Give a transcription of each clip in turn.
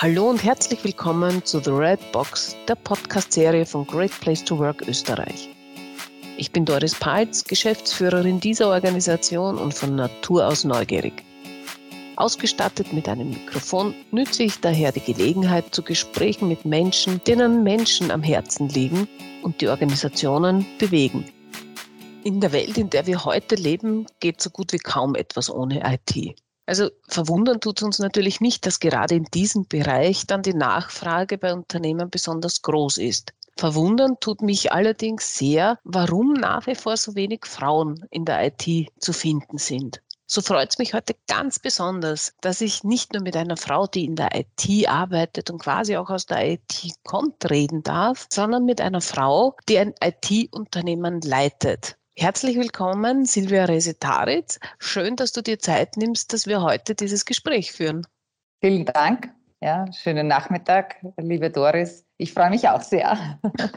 Hallo und herzlich willkommen zu The Red Box, der Podcast-Serie von Great Place to Work Österreich. Ich bin Doris Paltz, Geschäftsführerin dieser Organisation und von Natur aus neugierig. Ausgestattet mit einem Mikrofon nütze ich daher die Gelegenheit zu Gesprächen mit Menschen, denen Menschen am Herzen liegen und die Organisationen bewegen. In der Welt, in der wir heute leben, geht so gut wie kaum etwas ohne IT. Also verwundern tut es uns natürlich nicht, dass gerade in diesem Bereich dann die Nachfrage bei Unternehmen besonders groß ist. Verwundern tut mich allerdings sehr, warum nach wie vor so wenig Frauen in der IT zu finden sind. So freut es mich heute ganz besonders, dass ich nicht nur mit einer Frau, die in der IT arbeitet und quasi auch aus der IT kommt, reden darf, sondern mit einer Frau, die ein IT-Unternehmen leitet. Herzlich willkommen, Silvia Resetaritz. Schön, dass du dir Zeit nimmst, dass wir heute dieses Gespräch führen. Vielen Dank. Ja, schönen Nachmittag, liebe Doris. Ich freue mich auch sehr.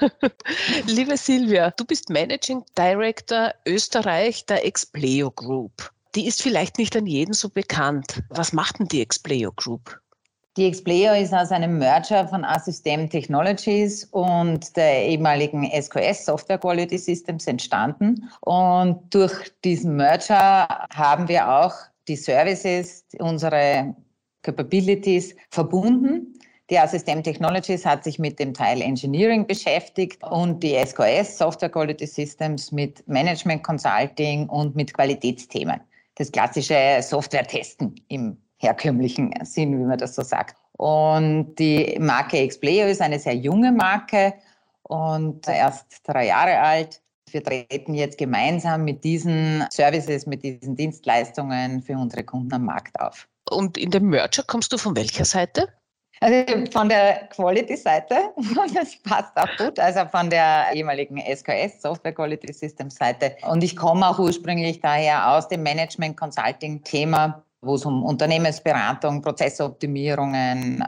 Liebe Silvia, du bist Managing Director Österreich der Expleo Group. Die ist vielleicht nicht an jeden so bekannt. Was macht denn die Expleo Group? Die Expleo ist aus einem Merger von Assystem Technologies und der ehemaligen SQS, Software Quality Systems, entstanden. Und durch diesen Merger haben wir auch die Services, unsere Capabilities verbunden. Die Assystem Technologies hat sich mit dem Teil Engineering beschäftigt und die SQS, Software Quality Systems, mit Management Consulting und mit Qualitätsthemen. Das klassische Software-Testen im herkömmlichen Sinn, wie man das so sagt. Und die Marke Expleo ist eine sehr junge Marke und erst 3 Jahre alt. Wir treten jetzt gemeinsam mit diesen Services, mit diesen Dienstleistungen für unsere Kunden am Markt auf. Und in dem Merger kommst du von welcher Seite? Also von der Quality-Seite, das passt auch gut, also von der ehemaligen SQS, Software Quality Systems Seite. Und ich komme auch ursprünglich daher aus dem Management-Consulting-Thema, wo es um Unternehmensberatung, Prozessoptimierungen,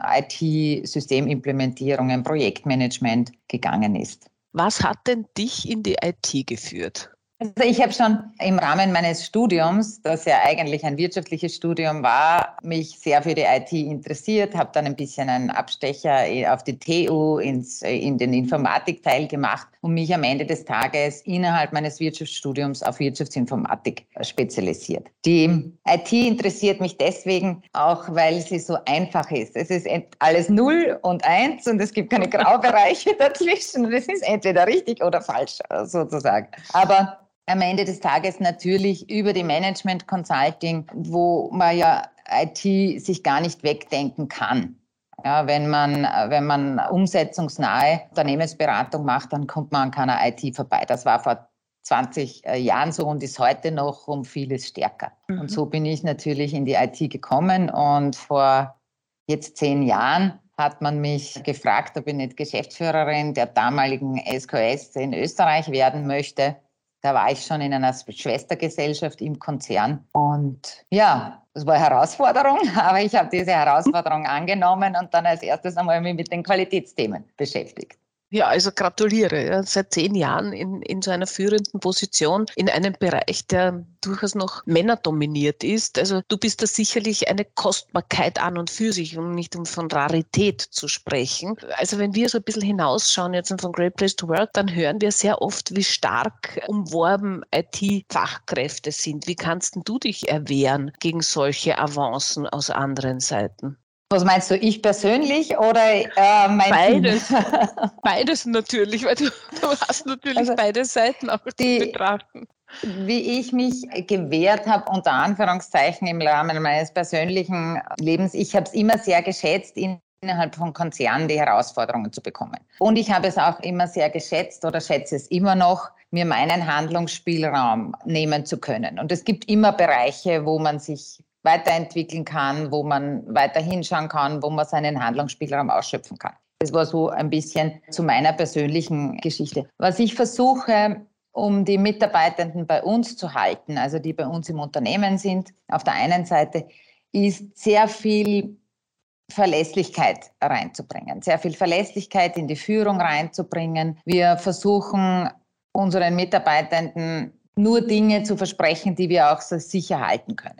IT-Systemimplementierungen, Projektmanagement gegangen ist. Was hat denn dich in die IT geführt? Also ich habe schon im Rahmen meines Studiums, das ja eigentlich ein wirtschaftliches Studium war, mich sehr für die IT interessiert, habe dann ein bisschen einen Abstecher auf die TU in den Informatikteil gemacht und mich am Ende des Tages innerhalb meines Wirtschaftsstudiums auf Wirtschaftsinformatik spezialisiert. Die IT interessiert mich deswegen auch, weil sie so einfach ist. Es ist alles 0 und 1 und es gibt keine Graubereiche dazwischen und es ist entweder richtig oder falsch sozusagen. Aber am Ende des Tages natürlich über die Management Consulting, wo man ja IT sich gar nicht wegdenken kann. Ja, wenn man umsetzungsnahe Unternehmensberatung macht, dann kommt man an keiner IT vorbei. Das war vor 20 Jahren so und ist heute noch um vieles stärker. Und so bin ich natürlich in die IT gekommen und vor jetzt 10 Jahren hat man mich gefragt, ob ich nicht Geschäftsführerin der damaligen SQS in Österreich werden möchte. Da war ich schon in einer Schwestergesellschaft im Konzern. Und ja, das war eine Herausforderung, aber ich habe diese Herausforderung angenommen und dann als erstes einmal mich mit den Qualitätsthemen beschäftigt. Ja, also gratuliere. Ja, seit 10 Jahren in so einer führenden Position in einem Bereich, der durchaus noch männerdominiert ist. Also du bist da sicherlich eine Kostbarkeit an und für sich, um nicht von Rarität zu sprechen. Also wenn wir so ein bisschen hinausschauen jetzt von Great Place to Work, dann hören wir sehr oft, wie stark umworben IT-Fachkräfte sind. Wie kannst denn du dich erwehren gegen solche Avancen aus anderen Seiten? Was meinst du, ich persönlich oder mein Beides. Team? Beides natürlich, weil du hast natürlich Also beide Seiten auch zu betrachten. Wie ich mich gewehrt habe, unter Anführungszeichen im Rahmen meines persönlichen Lebens, ich habe es immer sehr geschätzt, innerhalb von Konzernen die Herausforderungen zu bekommen. Und ich habe es auch immer sehr geschätzt oder schätze es immer noch, mir meinen Handlungsspielraum nehmen zu können. Und es gibt immer Bereiche, wo man sich weiterentwickeln kann, wo man weiter hinschauen kann, wo man seinen Handlungsspielraum ausschöpfen kann. Das war so ein bisschen zu meiner persönlichen Geschichte. Was ich versuche, um die Mitarbeitenden bei uns zu halten, also die bei uns im Unternehmen sind, auf der einen Seite, ist sehr viel Verlässlichkeit reinzubringen, sehr viel Verlässlichkeit in die Führung reinzubringen. Wir versuchen, unseren Mitarbeitenden nur Dinge zu versprechen, die wir auch so sicher halten können.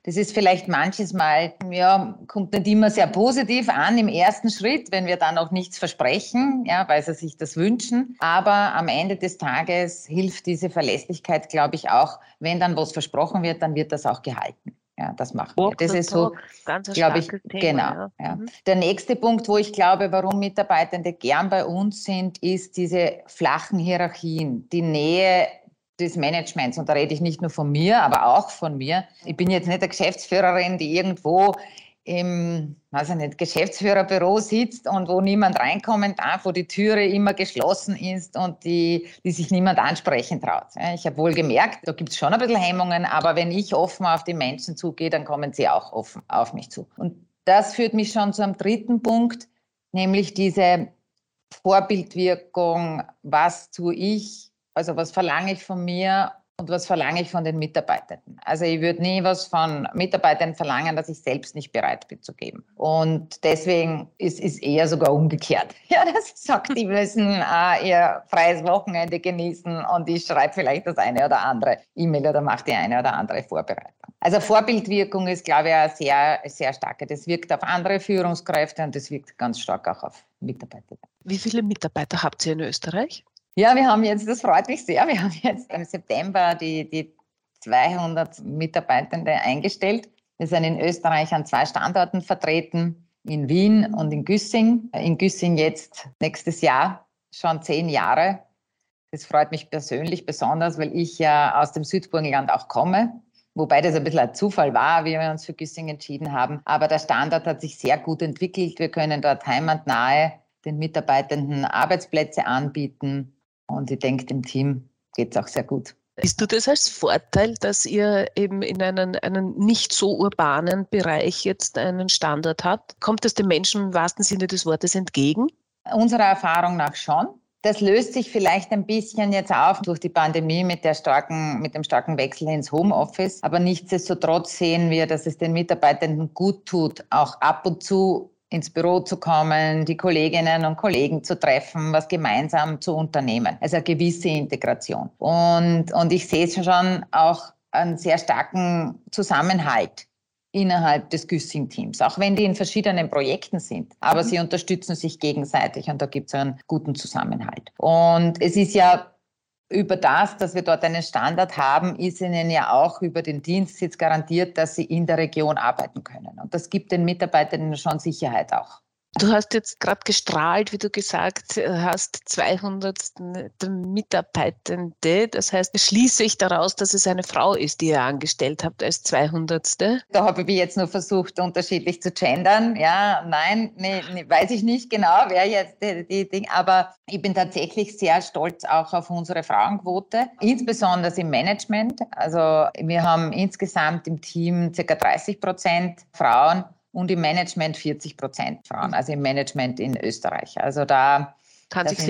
Das ist vielleicht manches Mal, kommt nicht immer sehr positiv an im ersten Schritt, wenn wir dann auch nichts versprechen, weil sie sich das wünschen. Aber am Ende des Tages hilft diese Verlässlichkeit, glaube ich, auch, wenn dann was versprochen wird, dann wird das auch gehalten. Ja, das machen wir. Das ist so, ganz ein glaube ich, starkes Thema. Genau. Ja. Der nächste Punkt, wo ich glaube, warum Mitarbeitende gern bei uns sind, ist diese flachen Hierarchien, die Nähe des Managements. Und da rede ich nicht nur von mir, aber auch von mir. Ich bin jetzt nicht eine Geschäftsführerin, die irgendwo im, Geschäftsführerbüro sitzt und wo niemand reinkommen darf, wo die Türe immer geschlossen ist und die sich niemand ansprechen traut. Ich habe wohl gemerkt, da gibt es schon ein bisschen Hemmungen, aber wenn ich offen auf die Menschen zugehe, dann kommen sie auch offen auf mich zu. Und das führt mich schon zu einem dritten Punkt, nämlich diese Vorbildwirkung. Was tue ich? Also was verlange ich von mir und was verlange ich von den Mitarbeitenden? Also ich würde nie was von Mitarbeitern verlangen, das ich selbst nicht bereit bin zu geben. Und deswegen ist eher sogar umgekehrt. Ja, das sagt, die müssen ihr freies Wochenende genießen und ich schreibe vielleicht das eine oder andere E-Mail oder mache die eine oder andere Vorbereitung. Also Vorbildwirkung ist, glaube ich, eine sehr, sehr starke. Das wirkt auf andere Führungskräfte und das wirkt ganz stark auch auf Mitarbeiter. Wie viele Mitarbeiter habt ihr in Österreich? Ja, wir haben jetzt, das freut mich sehr, wir haben jetzt im September die 200 Mitarbeitende eingestellt. Wir sind in Österreich an 2 Standorten vertreten, in Wien und in Güssing. In Güssing jetzt nächstes Jahr schon 10 Jahre. Das freut mich persönlich besonders, weil ich ja aus dem Südburgenland auch komme. Wobei das ein bisschen ein Zufall war, wie wir uns für Güssing entschieden haben. Aber der Standort hat sich sehr gut entwickelt. Wir können dort heimatnahe den Mitarbeitenden Arbeitsplätze anbieten. Und ich denke, dem Team geht es auch sehr gut. Siehst du das als Vorteil, dass ihr eben in einen nicht so urbanen Bereich jetzt einen Standort habt? Kommt es den Menschen im wahrsten Sinne des Wortes entgegen? Unserer Erfahrung nach schon. Das löst sich vielleicht ein bisschen jetzt auf durch die Pandemie mit dem starken Wechsel ins Homeoffice. Aber nichtsdestotrotz sehen wir, dass es den Mitarbeitenden gut tut, auch ab und zu ins Büro zu kommen, die Kolleginnen und Kollegen zu treffen, was gemeinsam zu unternehmen. Also eine gewisse Integration. Und ich sehe schon auch einen sehr starken Zusammenhalt innerhalb des Güssing-Teams, auch wenn die in verschiedenen Projekten sind. Aber sie unterstützen sich gegenseitig und da gibt es einen guten Zusammenhalt. Und es ist ja über das, dass wir dort einen Standard haben, ist ihnen ja auch über den Dienstsitz garantiert, dass sie in der Region arbeiten können. Und das gibt den Mitarbeitenden schon Sicherheit auch. Du hast jetzt gerade gestrahlt, wie du gesagt hast, 200 Mitarbeitende. Das heißt, schließe ich daraus, dass es eine Frau ist, die ihr angestellt habt als 200. Da habe ich jetzt nur versucht, unterschiedlich zu gendern. Ja, nein, weiß ich nicht genau, wer jetzt die Dinge. Aber ich bin tatsächlich sehr stolz auch auf unsere Frauenquote, insbesondere im Management. Also wir haben insgesamt im Team ca. 30% Frauen. Und im Management 40% Frauen, also im Management in Österreich. Also da sind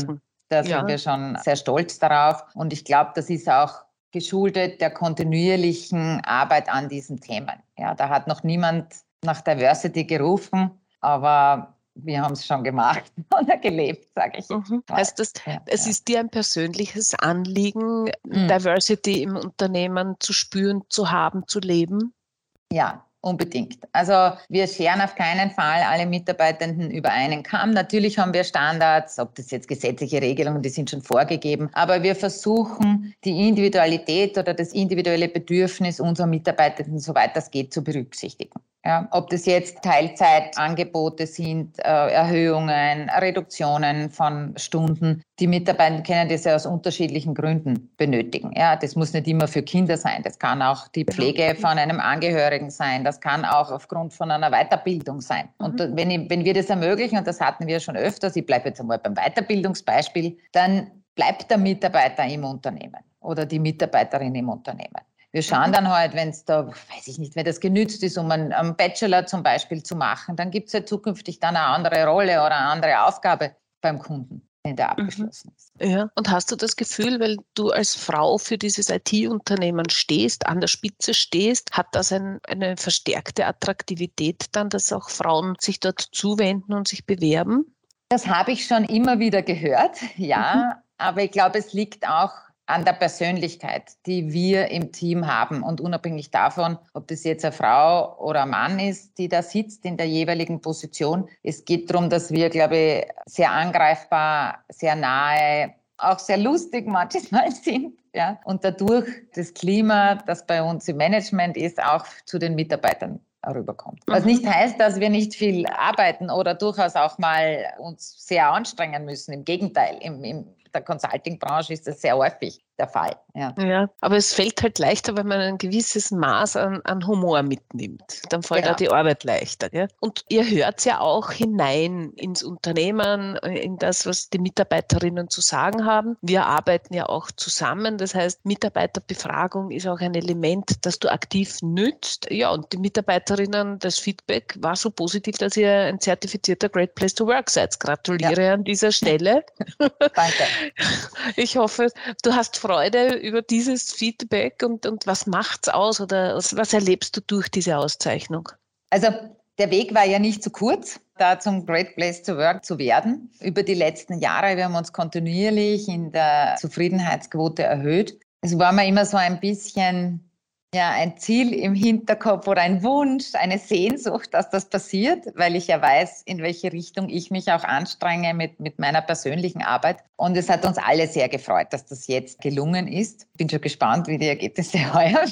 wir schon sehr stolz darauf. Und ich glaube, das ist auch geschuldet der kontinuierlichen Arbeit an diesen Themen. Ja, da hat noch niemand nach Diversity gerufen, aber wir haben es schon gemacht und gelebt, sage ich. Heißt das, es ist dir ein persönliches Anliegen, Diversity im Unternehmen zu spüren, zu haben, zu leben? Ja. Unbedingt. Also wir scheren auf keinen Fall alle Mitarbeitenden über einen Kamm. Natürlich haben wir Standards, ob das jetzt gesetzliche Regelungen, die sind schon vorgegeben. Aber wir versuchen, die Individualität oder das individuelle Bedürfnis unserer Mitarbeitenden, soweit das geht, zu berücksichtigen. Ja, ob das jetzt Teilzeitangebote sind, Erhöhungen, Reduktionen von Stunden. Die Mitarbeiter können das ja aus unterschiedlichen Gründen benötigen. Ja, das muss nicht immer für Kinder sein. Das kann auch die Pflege von einem Angehörigen sein. Das kann auch aufgrund von einer Weiterbildung sein. Und wenn wir das ermöglichen, und das hatten wir schon öfters, ich bleibe jetzt einmal beim Weiterbildungsbeispiel, dann bleibt der Mitarbeiter im Unternehmen oder die Mitarbeiterin im Unternehmen. Wir schauen dann halt, wenn es da, weiß ich nicht, wenn das genützt ist, um einen Bachelor zum Beispiel zu machen, dann gibt es ja zukünftig dann eine andere Rolle oder eine andere Aufgabe beim Kunden, wenn der abgeschlossen ist. Ja. Und hast du das Gefühl, weil du als Frau für dieses IT-Unternehmen stehst, an der Spitze stehst, hat das eine verstärkte Attraktivität dann, dass auch Frauen sich dort zuwenden und sich bewerben? Das habe ich schon immer wieder gehört, ja. Aber ich glaube, es liegt auch an der Persönlichkeit, die wir im Team haben. Und unabhängig davon, ob das jetzt eine Frau oder ein Mann ist, die da sitzt in der jeweiligen Position. Es geht darum, dass wir, glaube ich, sehr angreifbar, sehr nahe, auch sehr lustig manchmal sind. Ja? Und dadurch das Klima, das bei uns im Management ist, auch zu den Mitarbeitern rüberkommt. Was nicht heißt, dass wir nicht viel arbeiten oder durchaus auch mal uns sehr anstrengen müssen. Im Gegenteil, in der Consulting-Branche ist das sehr häufig der Fall. Ja, aber es fällt halt leichter, wenn man ein gewisses Maß an Humor mitnimmt. Dann fällt auch die Arbeit leichter. Gell? Und ihr hört ja auch hinein ins Unternehmen, in das, was die Mitarbeiterinnen zu sagen haben. Wir arbeiten ja auch zusammen. Das heißt, Mitarbeiterbefragung ist auch ein Element, das du aktiv nützt. Ja, und die Mitarbeiterinnen, das Feedback war so positiv, dass ihr ein zertifizierter Great Place to Work seid. Gratuliere an dieser Stelle. Danke. Ich hoffe, du hast Freude über dieses Feedback und was macht's aus oder was erlebst du durch diese Auszeichnung? Also der Weg war ja nicht zu kurz, da zum Great Place to Work zu werden. Über die letzten Jahre, wir haben uns kontinuierlich in der Zufriedenheitsquote erhöht. Es war mir immer so ein bisschen ein Ziel im Hinterkopf oder ein Wunsch, eine Sehnsucht, dass das passiert, weil ich ja weiß, in welche Richtung ich mich auch anstrenge mit meiner persönlichen Arbeit. Und es hat uns alle sehr gefreut, dass das jetzt gelungen ist. Bin schon gespannt, wie die Ergebnisse heuer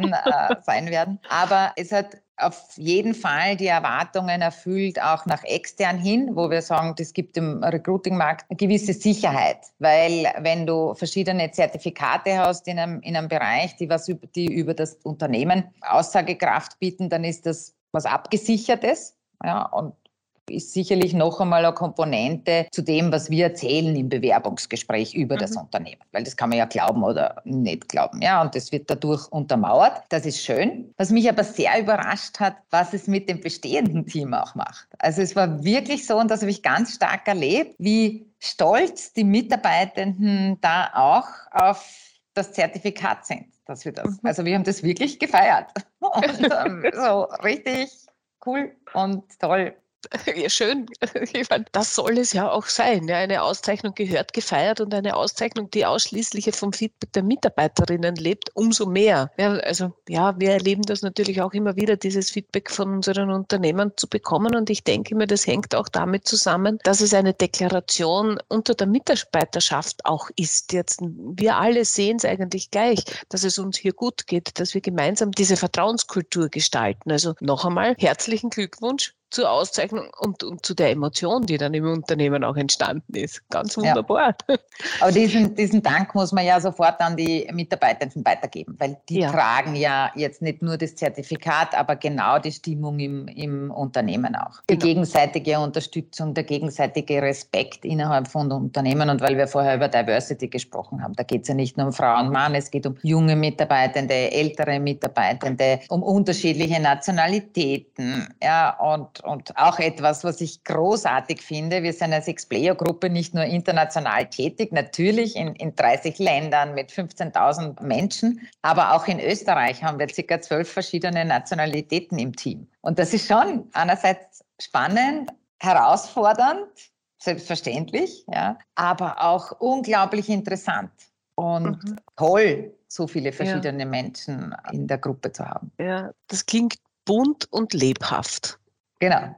sein werden. Aber es hat auf jeden Fall die Erwartungen erfüllt, auch nach extern hin, wo wir sagen, das gibt dem Recruiting-Markt eine gewisse Sicherheit. Weil wenn du verschiedene Zertifikate hast in einem Bereich, die über das Unternehmen Aussagekraft bieten, dann ist das was Abgesichertes. Ja, und ist sicherlich noch einmal eine Komponente zu dem, was wir erzählen im Bewerbungsgespräch über das Unternehmen. Weil das kann man ja glauben oder nicht glauben. Ja, und das wird dadurch untermauert. Das ist schön. Was mich aber sehr überrascht hat, was es mit dem bestehenden Team auch macht. Also es war wirklich so, und das habe ich ganz stark erlebt, wie stolz die Mitarbeitenden da auch auf das Zertifikat sind, dass wir das. Also wir haben das wirklich gefeiert. Und, so richtig cool und toll. Ja, schön. Ich meine, das soll es ja auch sein. Ja, eine Auszeichnung gehört gefeiert und eine Auszeichnung, die ausschließlich vom Feedback der Mitarbeiterinnen lebt, umso mehr. Ja, also ja, wir erleben das natürlich auch immer wieder, dieses Feedback von unseren Unternehmern zu bekommen. Und ich denke mir, das hängt auch damit zusammen, dass es eine Deklaration unter der Mitarbeiterschaft auch ist. Jetzt, wir alle sehen es eigentlich gleich, dass es uns hier gut geht, dass wir gemeinsam diese Vertrauenskultur gestalten. Also noch einmal herzlichen Glückwunsch zur Auszeichnung und zu der Emotion, die dann im Unternehmen auch entstanden ist. Ganz wunderbar. Ja. Aber diesen Dank muss man ja sofort an die Mitarbeitenden weitergeben, weil die tragen ja jetzt nicht nur das Zertifikat, aber genau die Stimmung im Unternehmen auch. Die gegenseitige Unterstützung, der gegenseitige Respekt innerhalb von Unternehmen. Und weil wir vorher über Diversity gesprochen haben, da geht es ja nicht nur um Frau und Mann, es geht um junge Mitarbeitende, ältere Mitarbeitende, um unterschiedliche Nationalitäten, ja, und auch etwas, was ich großartig finde. Wir sind als Expleo-Gruppe nicht nur international tätig, natürlich in 30 Ländern mit 15.000 Menschen, aber auch in Österreich haben wir ca. 12 verschiedene Nationalitäten im Team. Und das ist schon einerseits spannend, herausfordernd, selbstverständlich, ja, aber auch unglaublich interessant und toll, so viele verschiedene Menschen in der Gruppe zu haben. Ja, das klingt bunt und lebhaft. Genau.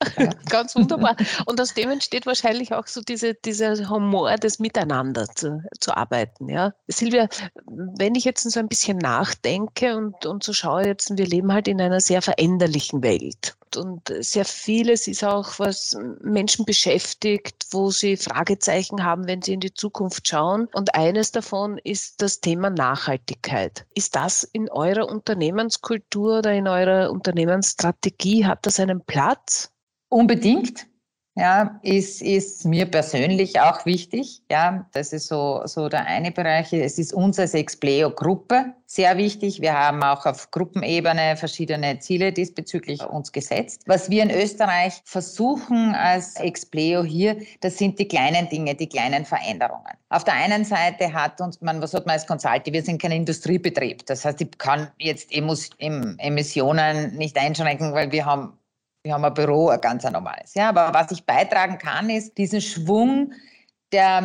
Ganz wunderbar. Und aus dem entsteht wahrscheinlich auch so dieser Humor des Miteinander zu arbeiten. Ja. Silvia, wenn ich jetzt so ein bisschen nachdenke und so schaue jetzt, wir leben halt in einer sehr veränderlichen Welt. Und sehr vieles ist auch, was Menschen beschäftigt, wo sie Fragezeichen haben, wenn sie in die Zukunft schauen. Und eines davon ist das Thema Nachhaltigkeit. Ist das in eurer Unternehmenskultur oder in eurer Unternehmensstrategie, hat das einen Platz? Unbedingt. Ja, ist mir persönlich auch wichtig. Ja, das ist so der eine Bereich. Es ist uns als Expleo-Gruppe sehr wichtig. Wir haben auch auf Gruppenebene verschiedene Ziele diesbezüglich uns gesetzt. Was wir in Österreich versuchen als Expleo hier, das sind die kleinen Dinge, die kleinen Veränderungen. Auf der einen Seite was hat man als Consulting? Wir sind kein Industriebetrieb. Das heißt, ich kann jetzt Emissionen nicht einschränken, weil wir haben ein Büro, ein ganz normales. Ja, aber was ich beitragen kann, ist diesen Schwung der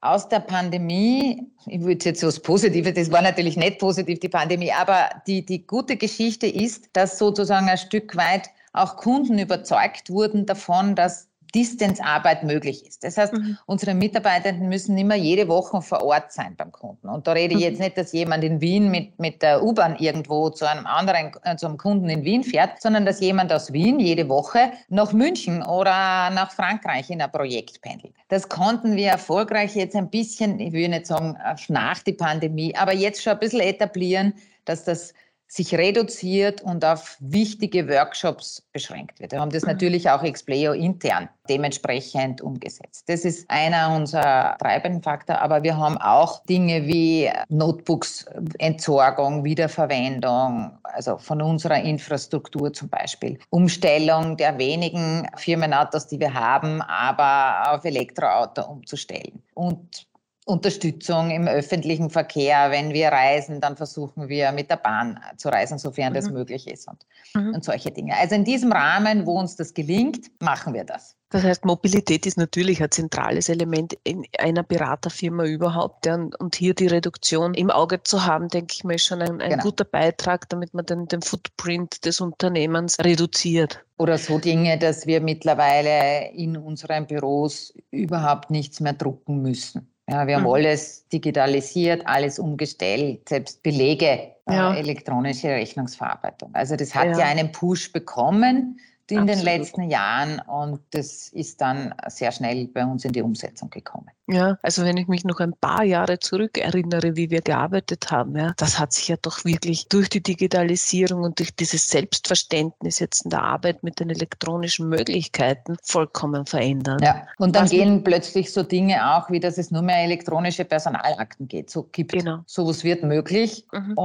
aus der Pandemie, ich würde jetzt so was Positives, das war natürlich nicht positiv, die Pandemie, aber die gute Geschichte ist, dass sozusagen ein Stück weit auch Kunden überzeugt wurden davon, dass Distanzarbeit möglich ist. Das heißt, unsere Mitarbeitenden müssen immer jede Woche vor Ort sein beim Kunden. Und da rede ich jetzt nicht, dass jemand in Wien mit der U-Bahn irgendwo zu einem Kunden in Wien fährt, sondern dass jemand aus Wien jede Woche nach München oder nach Frankreich in ein Projekt pendelt. Das konnten wir erfolgreich jetzt ein bisschen, ich will nicht sagen nach der Pandemie, aber jetzt schon ein bisschen etablieren, dass das sich reduziert und auf wichtige Workshops beschränkt wird. Wir haben das natürlich auch Expleo intern dementsprechend umgesetzt. Das ist einer unserer treibenden Faktoren, aber wir haben auch Dinge wie Notebooks, Entsorgung, Wiederverwendung, also von unserer Infrastruktur zum Beispiel. Umstellung der wenigen Firmenautos, die wir haben, aber auf Elektroauto umzustellen. Und Unterstützung im öffentlichen Verkehr. Wenn wir reisen, dann versuchen wir mit der Bahn zu reisen, sofern das möglich ist und solche Dinge. Also in diesem Rahmen, wo uns das gelingt, machen wir das. Das heißt, Mobilität ist natürlich ein zentrales Element in einer Beraterfirma überhaupt. Ja, und hier die Reduktion im Auge zu haben, denke ich mir, ist schon ein guter Beitrag, damit man den Footprint des Unternehmens reduziert. Oder so Dinge, dass wir mittlerweile in unseren Büros überhaupt nichts mehr drucken müssen. Ja, wir haben alles digitalisiert, alles umgestellt, selbst Belege, elektronische Rechnungsverarbeitung. Also das hat ja einen Push bekommen in den letzten Jahren und das ist dann sehr schnell bei uns in die Umsetzung gekommen. Ja, also wenn ich mich noch ein paar Jahre zurück erinnere, wie wir gearbeitet haben, ja, das hat sich ja doch wirklich durch die Digitalisierung und durch dieses Selbstverständnis jetzt in der Arbeit mit den elektronischen Möglichkeiten vollkommen verändert. Ja, und dann gehen plötzlich so Dinge auch, wie dass es nur mehr elektronische Personalakten geht. So gibt sowas wird möglich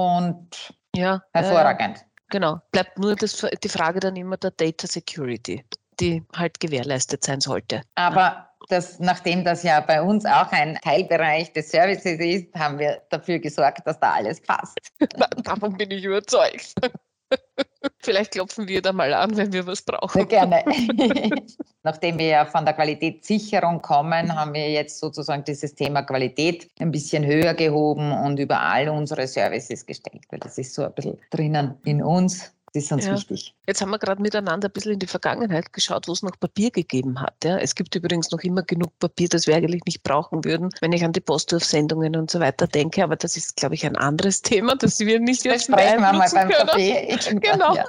und hervorragend. Genau, bleibt nur die Frage dann immer der Data Security, die halt gewährleistet sein sollte. Aber nachdem das ja bei uns auch ein Teilbereich des Services ist, haben wir dafür gesorgt, dass da alles passt. Davon bin ich überzeugt. Vielleicht klopfen wir da mal an, wenn wir was brauchen. Sehr gerne. Nachdem wir ja von der Qualitätssicherung kommen, haben wir jetzt sozusagen dieses Thema Qualität ein bisschen höher gehoben und über all unsere Services gestellt. Weil das ist so ein bisschen drinnen in uns. Das ist uns wichtig. Jetzt haben wir gerade miteinander ein bisschen in die Vergangenheit geschaut, wo es noch Papier gegeben hat. Ja. Es gibt übrigens noch immer genug Papier, das wir eigentlich nicht brauchen würden, wenn ich an die Postwurfsendungen und so weiter denke. Aber das ist, glaube ich, ein anderes Thema, das wir nicht jetzt beeinflussen können. Genau. Ja.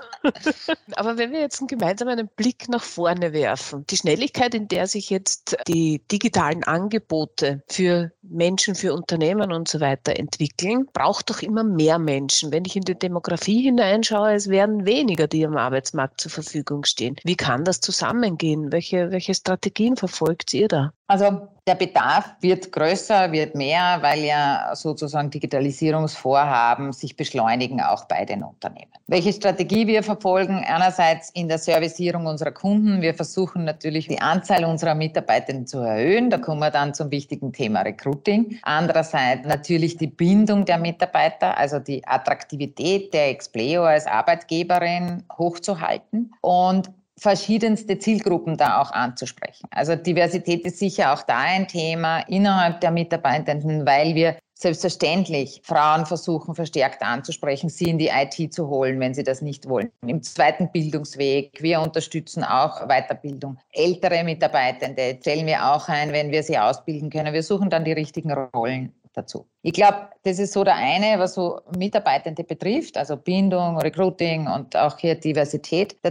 Aber wenn wir jetzt gemeinsam einen Blick nach vorne werfen, die Schnelligkeit, in der sich jetzt die digitalen Angebote für Menschen, für Unternehmen und so weiter entwickeln, braucht doch immer mehr Menschen. Wenn ich in die Demografie hineinschaue, es werden weniger, die am Arbeitsmarkt zur Verfügung stehen. Wie kann das zusammengehen? Welche Strategien verfolgt ihr da? Also der Bedarf wird größer, wird mehr, weil ja sozusagen Digitalisierungsvorhaben sich beschleunigen, auch bei den Unternehmen. Welche Strategie wir verfolgen? Einerseits in der Servicierung unserer Kunden. Wir versuchen natürlich die Anzahl unserer Mitarbeitenden zu erhöhen. Da kommen wir dann zum wichtigen Thema Recruiting. Andererseits natürlich die Bindung der Mitarbeiter, also die Attraktivität der Expleo als Arbeitgeberin hochzuhalten und verschiedenste Zielgruppen da auch anzusprechen. Also Diversität ist sicher auch da ein Thema innerhalb der Mitarbeitenden, weil wir selbstverständlich Frauen versuchen verstärkt anzusprechen, sie in die IT zu holen, wenn sie das nicht wollen. Im zweiten Bildungsweg, wir unterstützen auch Weiterbildung. Ältere Mitarbeitende stellen wir auch ein, wenn wir sie ausbilden können. Wir suchen dann die richtigen Rollen dazu. Ich glaube, das ist so der eine, was so Mitarbeitende betrifft, also Bindung, Recruiting und auch hier Diversität. Der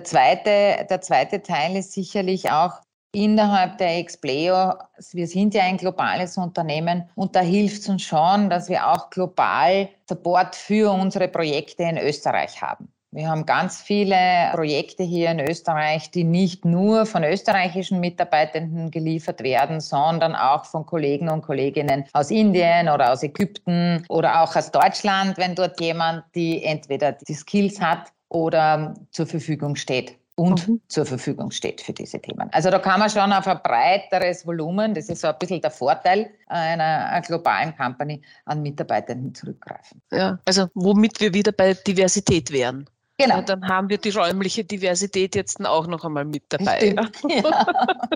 zweite Teil ist sicherlich auch innerhalb der Expleo. Wir sind ja ein globales Unternehmen und da hilft es uns schon, dass wir auch global Support für unsere Projekte in Österreich haben. Wir haben ganz viele Projekte hier in Österreich, die nicht nur von österreichischen Mitarbeitenden geliefert werden, sondern auch von Kollegen und Kolleginnen aus Indien oder aus Ägypten oder auch aus Deutschland, wenn dort jemand, die entweder die Skills hat oder zur Verfügung steht. Zur Verfügung steht für diese Themen. Also da kann man schon auf ein breiteres Volumen, das ist so ein bisschen der Vorteil einer globalen Company, an Mitarbeitenden zurückgreifen. Ja, also womit wir wieder bei Diversität wären. Genau. Ja, dann haben wir die räumliche Diversität jetzt auch noch einmal mit dabei. Ja.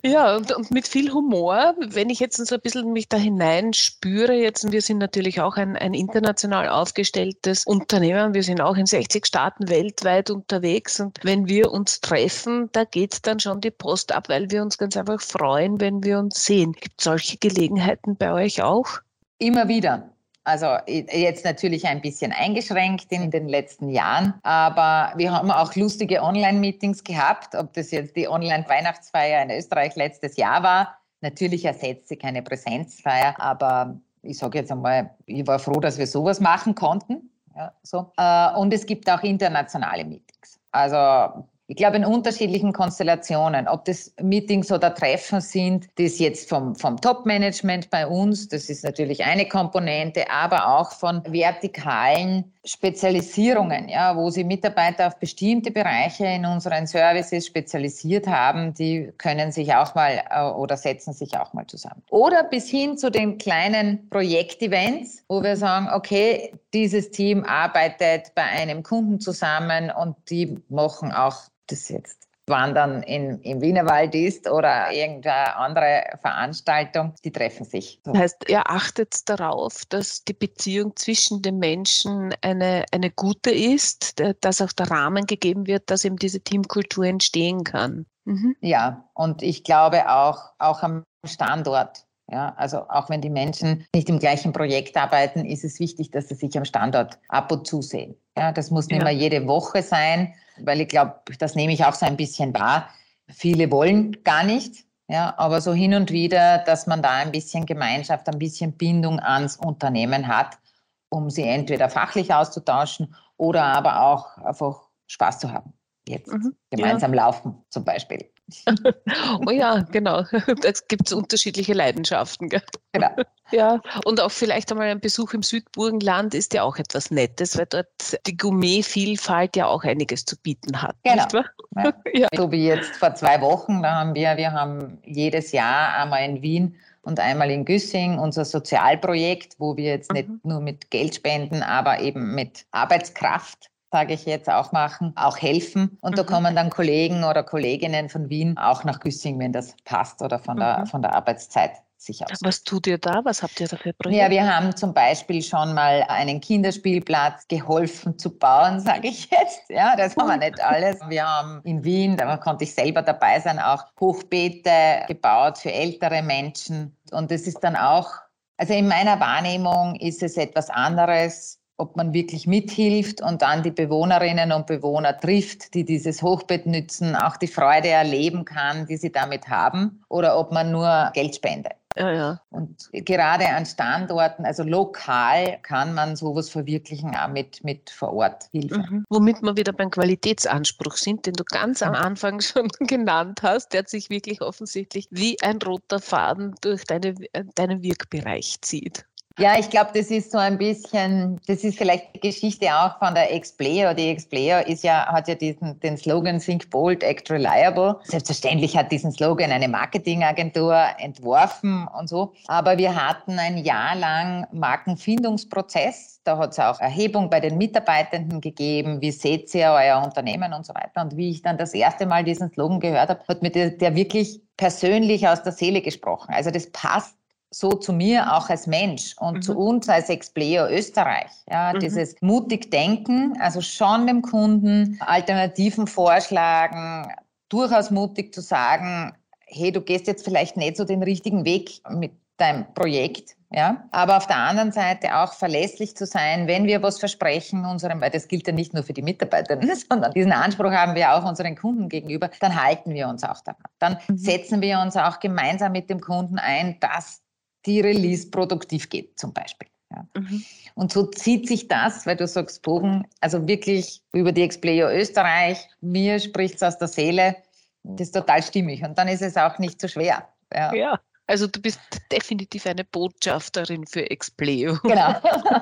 Ja, und mit viel Humor, wenn ich jetzt so ein bisschen mich da hinein spüre, jetzt, wir sind natürlich auch ein international aufgestelltes Unternehmen, wir sind auch in 60 Staaten weltweit unterwegs und wenn wir uns treffen, da geht dann schon die Post ab, weil wir uns ganz einfach freuen, wenn wir uns sehen. Gibt es solche Gelegenheiten bei euch auch? Immer wieder. Also jetzt natürlich ein bisschen eingeschränkt in den letzten Jahren, aber wir haben auch lustige Online-Meetings gehabt, ob das jetzt die Online-Weihnachtsfeier in Österreich letztes Jahr war. Natürlich ersetzt sie keine Präsenzfeier, aber ich sage jetzt einmal, ich war froh, dass wir sowas machen konnten. Ja, so. Und es gibt auch internationale Meetings. Also ich glaube, in unterschiedlichen Konstellationen, ob das Meetings oder Treffen sind, das jetzt vom Top-Management bei uns, das ist natürlich eine Komponente, aber auch von vertikalen Spezialisierungen, ja, wo sie Mitarbeiter auf bestimmte Bereiche in unseren Services spezialisiert haben, die können sich auch mal oder setzen sich auch mal zusammen. Oder bis hin zu den kleinen Projektevents, wo wir sagen, okay, dieses Team arbeitet bei einem Kunden zusammen und die machen auch das jetzt Wandern im Wienerwald ist oder irgendeine andere Veranstaltung, die treffen sich. So. Das heißt, ihr achtet darauf, dass die Beziehung zwischen den Menschen eine gute ist, dass auch der Rahmen gegeben wird, dass eben diese Teamkultur entstehen kann. Mhm. Ja, und ich glaube auch am Standort. Ja, also auch wenn die Menschen nicht im gleichen Projekt arbeiten, ist es wichtig, dass sie sich am Standort ab und zu sehen. Ja, das muss nicht mehr jede Woche sein, weil ich glaube, das nehme ich auch so ein bisschen wahr. Viele wollen gar nicht, ja, aber so hin und wieder, dass man da ein bisschen Gemeinschaft, ein bisschen Bindung ans Unternehmen hat, um sie entweder fachlich auszutauschen oder aber auch einfach Spaß zu haben. Jetzt gemeinsam laufen zum Beispiel. Oh ja, genau. Da gibt es unterschiedliche Leidenschaften. Gell? Genau. Ja, und auch vielleicht einmal ein Besuch im Südburgenland ist ja auch etwas Nettes, weil dort die Gourmetvielfalt ja auch einiges zu bieten hat. Genau. Nicht wahr? Ja. Ja. So wie jetzt vor 2 Wochen, wir haben jedes Jahr einmal in Wien und einmal in Güssing unser Sozialprojekt, wo wir jetzt nicht nur mit Geld spenden, aber eben mit Arbeitskraft, sage ich jetzt, auch machen, auch helfen. Und da kommen dann Kollegen oder Kolleginnen von Wien auch nach Güssing, wenn das passt oder von der Arbeitszeit sich aus. Was tut ihr da? Was habt ihr da für Projekte? Ja, wir haben zum Beispiel schon mal einen Kinderspielplatz geholfen zu bauen, sage ich jetzt. Ja, das haben wir nicht alles. Wir haben in Wien, da konnte ich selber dabei sein, auch Hochbeete gebaut für ältere Menschen. Und das ist dann auch, also in meiner Wahrnehmung ist es etwas anderes, ob man wirklich mithilft und dann die Bewohnerinnen und Bewohner trifft, die dieses Hochbeet nützen, auch die Freude erleben kann, die sie damit haben, oder ob man nur Geld spendet. Ja. Und gerade an Standorten, also lokal, kann man sowas verwirklichen, auch mit Vor-Ort-Hilfe. Womit wir wieder beim Qualitätsanspruch sind, den du ganz am Anfang schon genannt hast, der sich wirklich offensichtlich wie ein roter Faden durch deinen Wirkbereich zieht. Ja, ich glaube, das ist so ein bisschen, das ist vielleicht die Geschichte auch von der Explayer. Die Explayer hat ja den Slogan Think Bold, Act Reliable. Selbstverständlich hat diesen Slogan eine Marketingagentur entworfen und so. Aber wir hatten ein Jahr lang Markenfindungsprozess. Da hat es auch Erhebung bei den Mitarbeitenden gegeben. Wie seht ihr euer Unternehmen und so weiter? Und wie ich dann das erste Mal diesen Slogan gehört habe, hat mir der wirklich persönlich aus der Seele gesprochen. Also das passt so zu mir auch als Mensch und zu uns als Explayer Österreich. Ja, dieses mutig denken, also schon dem Kunden Alternativen vorschlagen, durchaus mutig zu sagen, hey, du gehst jetzt vielleicht nicht so den richtigen Weg mit deinem Projekt, ja, aber auf der anderen Seite auch verlässlich zu sein, wenn wir was versprechen weil das gilt ja nicht nur für die Mitarbeitenden, sondern diesen Anspruch haben wir auch unseren Kunden gegenüber, dann halten wir uns auch daran. Dann setzen wir uns auch gemeinsam mit dem Kunden ein, dass die Release produktiv geht, zum Beispiel. Ja. Und so zieht sich das, weil du sagst, Bogen, also wirklich über die Explayer Österreich, mir spricht es aus der Seele, das ist total stimmig. Und dann ist es auch nicht so schwer. Ja, also du bist definitiv eine Botschafterin für Explayer. Genau.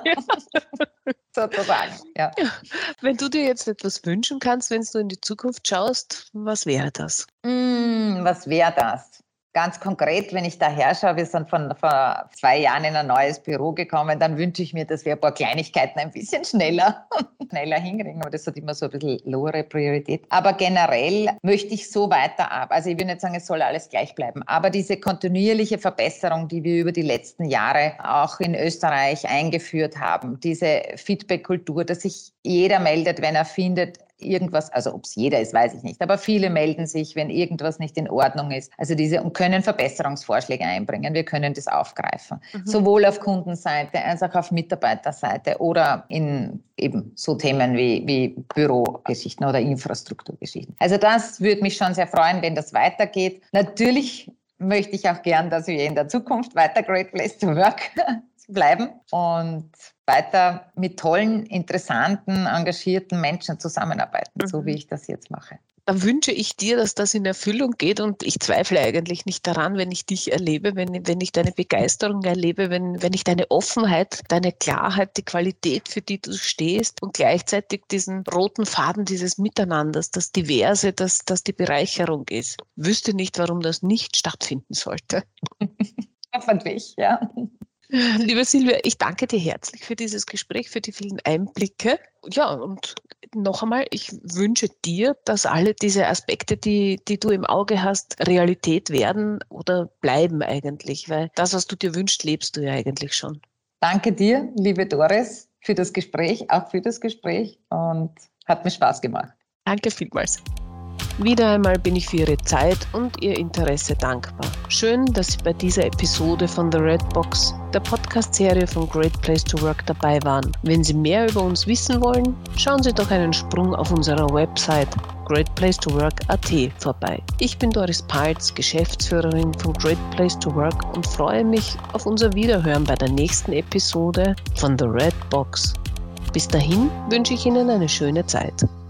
Sozusagen, ja. Wenn du dir jetzt etwas wünschen kannst, wenn du in die Zukunft schaust, was wäre das? Was wäre das? ganz konkret, wenn ich da herschaue, wir sind vor 2 Jahren in ein neues Büro gekommen, dann wünsche ich mir, dass wir ein paar Kleinigkeiten ein bisschen schneller hinkriegen, aber das hat immer so ein bisschen lowere Priorität. Aber generell möchte ich so weiterarbeiten. Also ich will nicht sagen, es soll alles gleich bleiben, aber diese kontinuierliche Verbesserung, die wir über die letzten Jahre auch in Österreich eingeführt haben, diese Feedback-Kultur, dass sich jeder meldet, wenn er findet, irgendwas, also ob es jeder ist, weiß ich nicht, aber viele melden sich, wenn irgendwas nicht in Ordnung ist. Also und können Verbesserungsvorschläge einbringen. Wir können das aufgreifen. Sowohl auf Kundenseite als auch auf Mitarbeiterseite oder in eben so Themen wie Bürogeschichten oder Infrastrukturgeschichten. Also das würde mich schon sehr freuen, wenn das weitergeht. Natürlich möchte ich auch gern, dass wir in der Zukunft weiter Great Place to Work bleiben und weiter mit tollen, interessanten, engagierten Menschen zusammenarbeiten, so wie ich das jetzt mache. Da wünsche ich dir, dass das in Erfüllung geht und ich zweifle eigentlich nicht daran, wenn ich dich erlebe, wenn ich deine Begeisterung erlebe, wenn ich deine Offenheit, deine Klarheit, die Qualität, für die du stehst und gleichzeitig diesen roten Faden dieses Miteinanders, das Diverse, das die Bereicherung ist. Wüsste nicht, warum das nicht stattfinden sollte. Hoffentlich, ja. Liebe Silvia, ich danke dir herzlich für dieses Gespräch, für die vielen Einblicke. Ja, und noch einmal, ich wünsche dir, dass alle diese Aspekte, die du im Auge hast, Realität werden oder bleiben eigentlich, weil das, was du dir wünschst, lebst du ja eigentlich schon. Danke dir, liebe Doris, für das Gespräch, auch für das Gespräch und hat mir Spaß gemacht. Danke vielmals. Wieder einmal bin ich für Ihre Zeit und Ihr Interesse dankbar. Schön, dass Sie bei dieser Episode von The Red Box, der Podcast-Serie von Great Place to Work, dabei waren. Wenn Sie mehr über uns wissen wollen, schauen Sie doch einen Sprung auf unserer Website greatplacetowork.at vorbei. Ich bin Doris Paltz, Geschäftsführerin von Great Place to Work und freue mich auf unser Wiederhören bei der nächsten Episode von The Red Box. Bis dahin wünsche ich Ihnen eine schöne Zeit.